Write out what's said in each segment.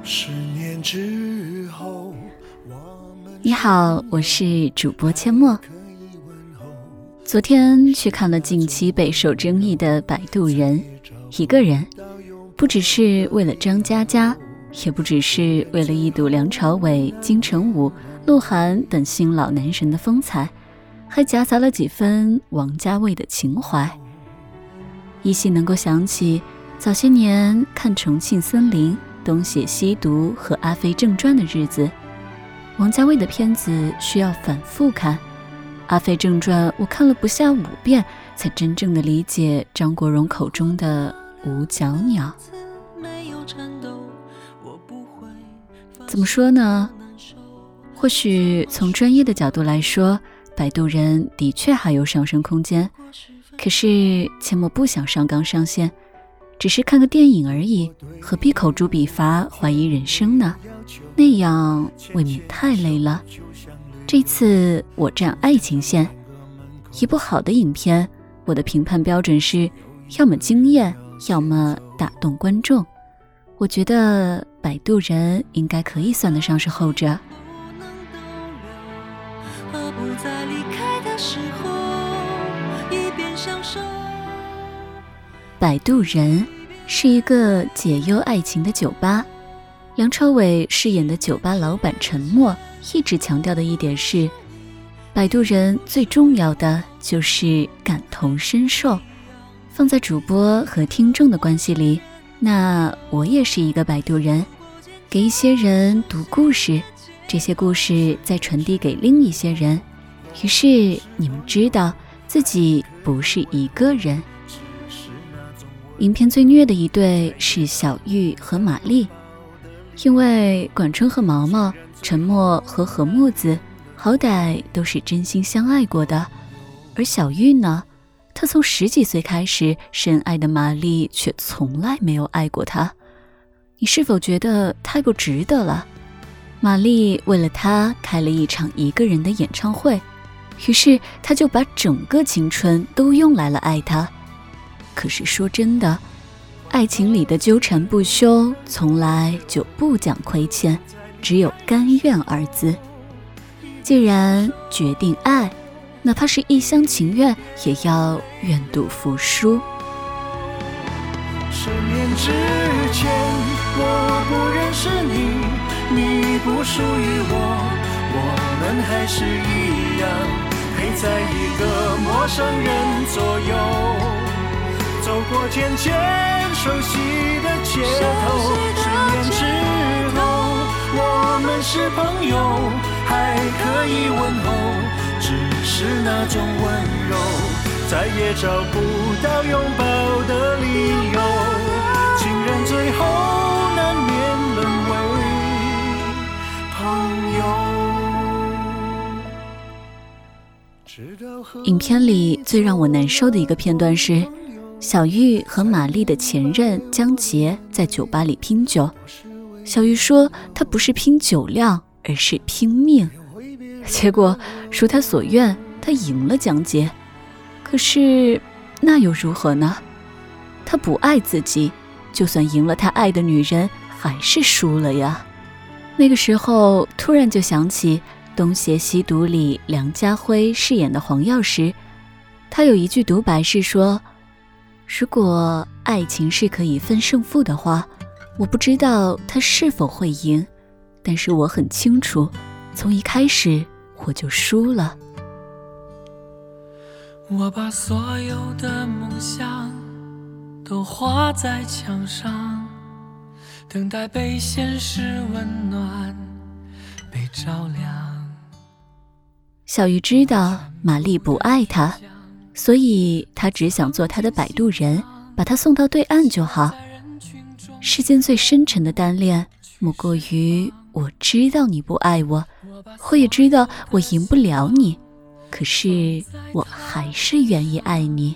10年之后， 你好，我是主播阡陌。昨天去看了近期备受争议的《摆渡人》，一个人，不只是为了张嘉佳，也不只是为了一睹梁朝伟、金城武、鹿晗等新老男神的风采，还夹杂了几分王家卫的情怀。依稀能够想起早些年看《重庆森林》、东邪西毒和《阿飞正传》的日子。王家卫的片子需要反复看，《阿飞正传》我看了不下5遍，才真正的理解张国荣口中的五角鸟。怎么说呢？或许从专业的角度来说，摆渡人的确还有上升空间，可是阡陌不想上纲上线，只是看个电影而已，何必口诛笔伐，怀疑人生呢？那样未免太累了。这次我站爱情线，一部好的影片，我的评判标准是要么惊艳，要么打动观众。我觉得《摆渡人》应该可以算得上是后者。摆渡人是一个解忧爱情的酒吧，梁朝伟饰演的酒吧老板陈默一直强调的一点是，摆渡人最重要的就是感同身受。放在主播和听众的关系里，那我也是一个摆渡人，给一些人读故事，这些故事再传递给另一些人，于是你们知道自己不是一个人。影片最虐的一对是小玉和玛丽，因为管春和毛毛、陈默和何木子好歹都是真心相爱过的，而小玉呢，她从10几岁开始深爱的玛丽却从来没有爱过她。你是否觉得太不值得了？玛丽为了他开了一场一个人的演唱会，于是他就把整个青春都用来了爱她。可是说真的，爱情里的纠缠不休从来就不讲亏欠，只有甘愿二字。既然决定爱，哪怕是一厢情愿，也要愿赌服输。 10年之前，我不认识你，你不属于我们还是一样，陪在一个陌生人左右，走过渐渐熟悉的街头。10年之后，我们是朋友，还可以问候，只是那种温柔再也找不到拥抱的理由，情人最后难免沦为朋友。 影片里最让我难受的一个片段是，小玉和玛丽的前任江杰在酒吧里拼酒。小玉说她不是拼酒量，而是拼命，结果如她所愿，她赢了江杰。可是那又如何呢？他不爱自己，就算赢了他爱的女人，还是输了呀。那个时候突然就想起《东邪西毒》里梁家辉饰演的黄药师，他有一句独白是说，如果爱情是可以分胜负的话，我不知道他是否会赢，但是我很清楚，从一开始我就输了。 我把所有的梦想都画在墙上，等待被现实温暖，被照亮。 小玉知道玛丽不爱他，所以他只想做他的摆渡人，把他送到对岸就好。世间最深沉的单恋，莫过于我知道你不爱我，我也知道我赢不了你，可是我还是愿意爱你。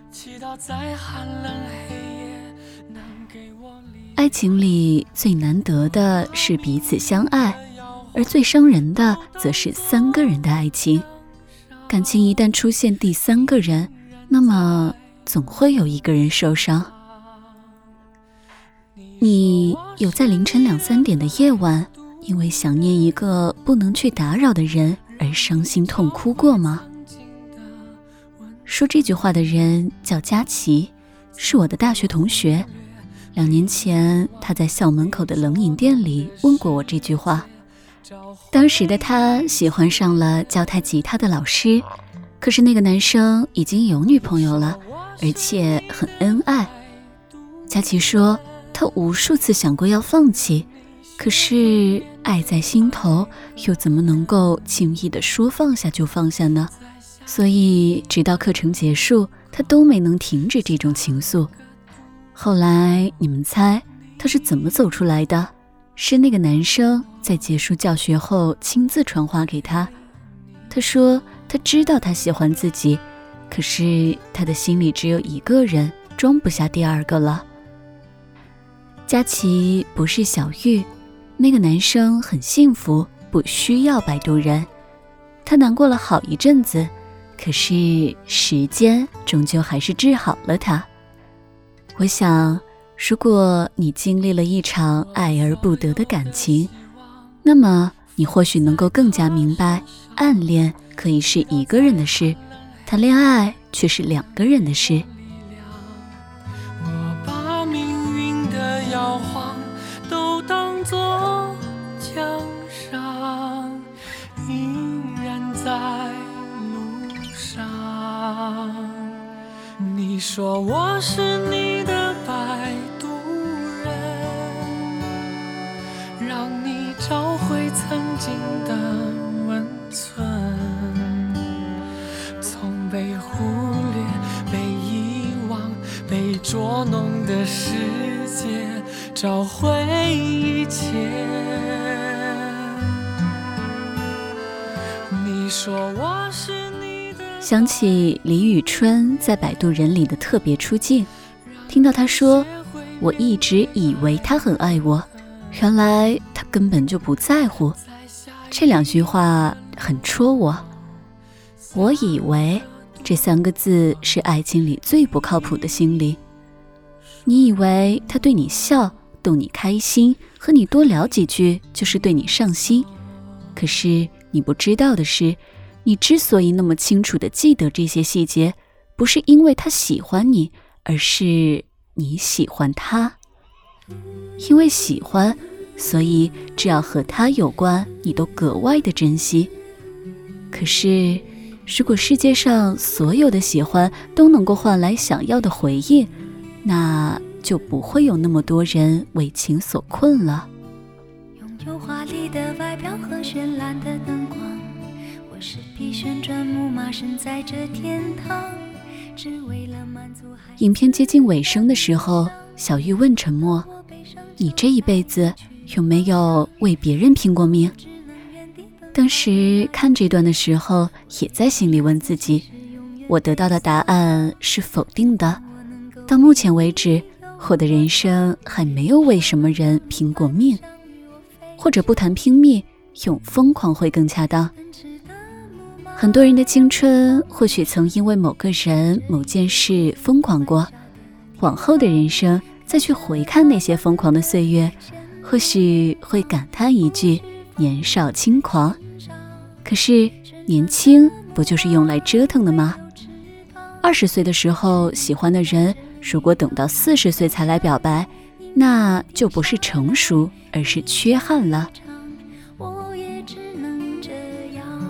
爱情里最难得的是彼此相爱，而最伤人的则是3个人的爱情。感情一旦出现第3个人，那么总会有一个人受伤。 你有在凌晨2、3点的夜晚，因为想念一个不能去打扰的人而伤心痛哭过吗？说这句话的人叫佳琪，是我的大学同学。2年前，他在校门口的冷饮店里问过我这句话。当时的他喜欢上了教他吉他的老师，可是那个男生已经有女朋友了，而且很恩爱。佳琪说，他无数次想过要放弃，可是爱在心头，又怎么能够轻易地说放下就放下呢？所以直到课程结束，他都没能停止这种情愫。后来你们猜他是怎么走出来的？是那个男生在结束教学后亲自传话给他。他说他知道他喜欢自己，可是他的心里只有一个人，装不下第二个了。佳琪不是小玉，那个男生很幸福，不需要摆渡人。他难过了好一阵子，可是时间终究还是治好了他。我想，如果你经历了一场爱而不得的感情，那么你或许能够更加明白，暗恋可以是一个人的事，谈恋爱却是2个人的事。 我把命运的摇晃都当作奖赏，依然在路上。你说我是你的摆渡人，让你找回曾经的温存，从被忽略、被遗忘、被捉弄的世界找回一切。你说我是你的， 想起李宇春在摆渡人里的特别出镜，听到他说，我一直以为他很爱我，原来他根本就不在乎。这2句话很戳我。我以为这3个字是爱情里最不靠谱的心理。你以为他对你笑，逗你开心，和你多聊几句就是对你上心，可是你不知道的是，你之所以那么清楚地记得这些细节，不是因为他喜欢你，而是你喜欢他。因为喜欢，所以只要和他有关，你都格外的珍惜。可是如果世界上所有的喜欢都能够换来想要的回应，那就不会有那么多人为情所困了。 拥有华丽的外表和绚烂的灯光，我是匹旋转木马，身在这天堂，只为了满足。 影片接近尾声的时候，小玉问沉默，你这一辈子有没有为别人拼过命？当时看这段的时候，也在心里问自己，我得到的答案是否定的。到目前为止，我的人生还没有为什么人拼过命，或者不谈拼命，用疯狂会更恰当。很多人的青春或许曾因为某个人某件事疯狂过，往后的人生再去回看那些疯狂的岁月，或许会感叹一句年少轻狂。可是年轻不就是用来折腾的吗？20岁的时候喜欢的人，如果等到40岁才来表白，那就不是成熟，而是缺憾了。 我也只能这样。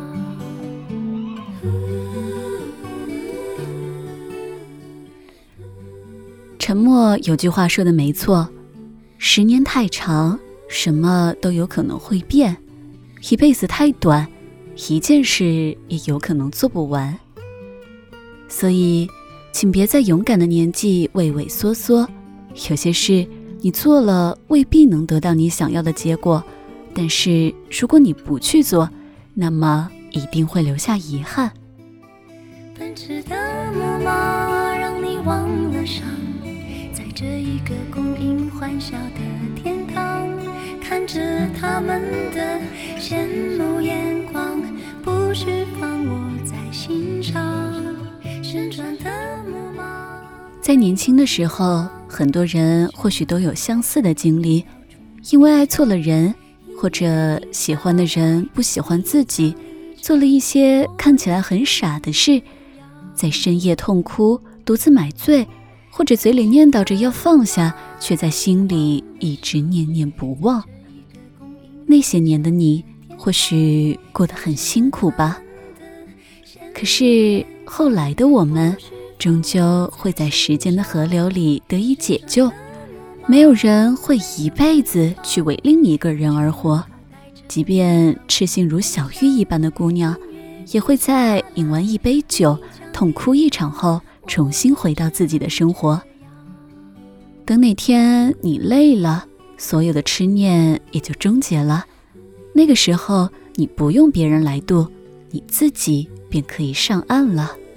沉默有句话说的没错，10年太长，什么都有可能会变；一辈子太短，一件事也有可能做不完。所以请别在勇敢的年纪畏畏缩缩，有些事你做了未必能得到你想要的结果，但是如果你不去做，那么一定会留下遗憾。 奔驰的木马让你忘了伤，在这一个供应欢笑的天堂，看着他们的羡慕眼光，不需放我在心上。旋转的木马， 在年轻的时候，很很多人或许都有相似的经历，因为爱错了人，或者喜欢的人不喜欢自己，做了一些看起来很傻的事，在深夜痛哭，独自买醉，或者嘴里念叨着要放下，却在心里一直念念不忘。那些年的你或许过得很辛苦吧，可是后来的我们终究会在时间的河流里得以解救。没有人会一辈子去为另一个人而活，即便痴心如小玉一般的姑娘，也会在饮完一杯酒，痛哭一场后，重新回到自己的生活。等哪天你累了，所有的痴念也就终结了，那个时候你不用别人来渡，你自己便可以上岸了。